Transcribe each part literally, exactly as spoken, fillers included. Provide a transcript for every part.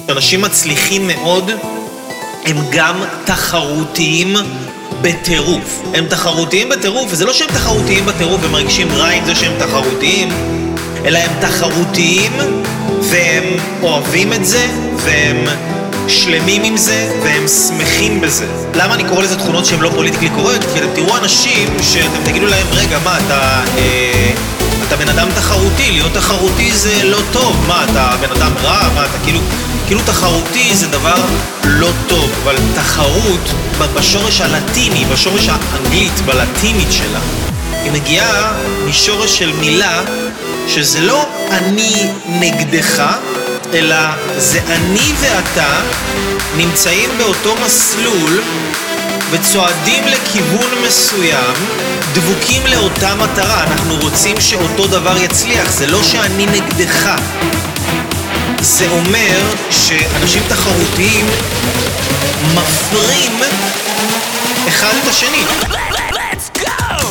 אנשים מצליחים מאוד, הם גם תחרותיים בטירוף. הם תחרותיים בטירוף, וזה לא שהם תחרותיים בטירוף ומרגישים רע עם זה שהם תחרותיים, אלא הם תחרותיים והם אוהבים את זה, והם שלמים עם זה, והם שמחים בזה. למה אני קורא לזה תכונות שהן לא פוליטיקלי קורקט? כי אתם תראו אנשים שאתם תגידו להם, רגע, מה, אתה... אה, אתה בן אדם תחרותי, להיות תחרותי זה לא טוב. מה, אתה בן אדם רע? מה, אתה כאילו... כאילו תחרותי זה דבר לא טוב, אבל תחרות בשורש הלטיני, בשורש האנגלית, בלטינית שלה, היא מגיעה משורש של מילה שזה לא אני נגדך, אלא זה אני ואתה נמצאים באותו מסלול וצועדים לכיוון מסוים, דבוקים לאותה מטרה. אנחנו רוצים שאותו דבר יצליח, זה לא שאני נגדך. זה אומר שאנשים תחרותיים מפרים אחד את השני. Let's go!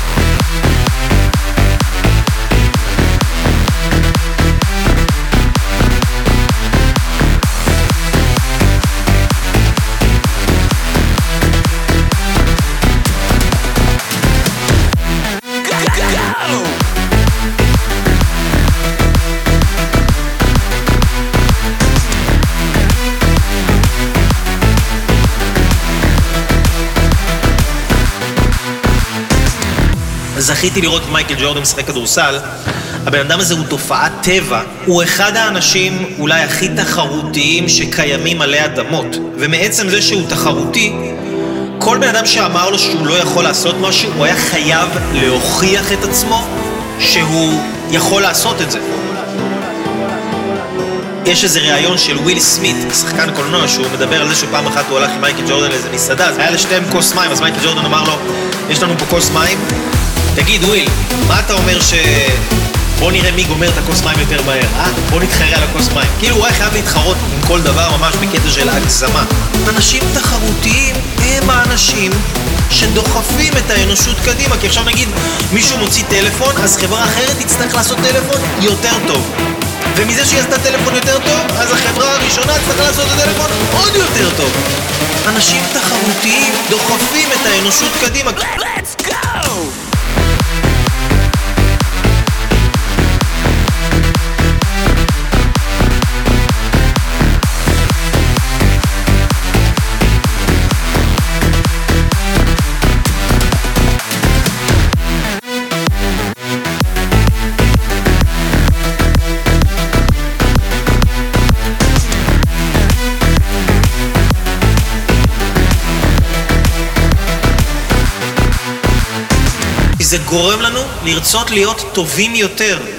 זכיתי לראות את מייקל ג'ורדן משחק כדורסל. הבן אדם הזה הוא תופעת טבע. הוא אחד האנשים אולי הכי תחרותיים שקיימים עלי אדמות. ומעצם זה שהוא תחרותי, כל בן אדם שאמר לו שהוא לא יכול לעשות משהו, הוא היה חייב להוכיח את עצמו שהוא יכול לעשות את זה. יש איזה ראיון של וויל סמית, שחקן קולנוע, שהוא מדבר על זה שפעם אחת הוא הלך עם מייקל ג'ורדן לאיזה מסעדה, אז היה לשתיהם כוס מים, אז מייקל ג'ורדן אמר לו, יש לנו פה כוס מים, תגיד וויל, מה אתה אומר ש... בוא נראה מי גומר את הכוס מים יותר מהר, אה? בוא נתחרה על הכוס מים. כאילו הוא היה חייב להתחרות עם כל דבר ממש בקטע של הגזמה. אנשים תחרותיים הם האנשים שדוחפים את האנושות קדימה, כי עכשיו נגיד מישהו מוציא טלפון, אז חברה אחרת תצטרך לעשות טלפון יותר טוב. ומזה שהיא עשתה טלפון יותר טוב, אז החברה הראשונה צריכה לעשות את הטלפון עוד יותר טוב. אנשים תחרותיים דוחפים את האנושות קדימה. Let's go! זה גורם לנו לרצות להיות טובים יותר.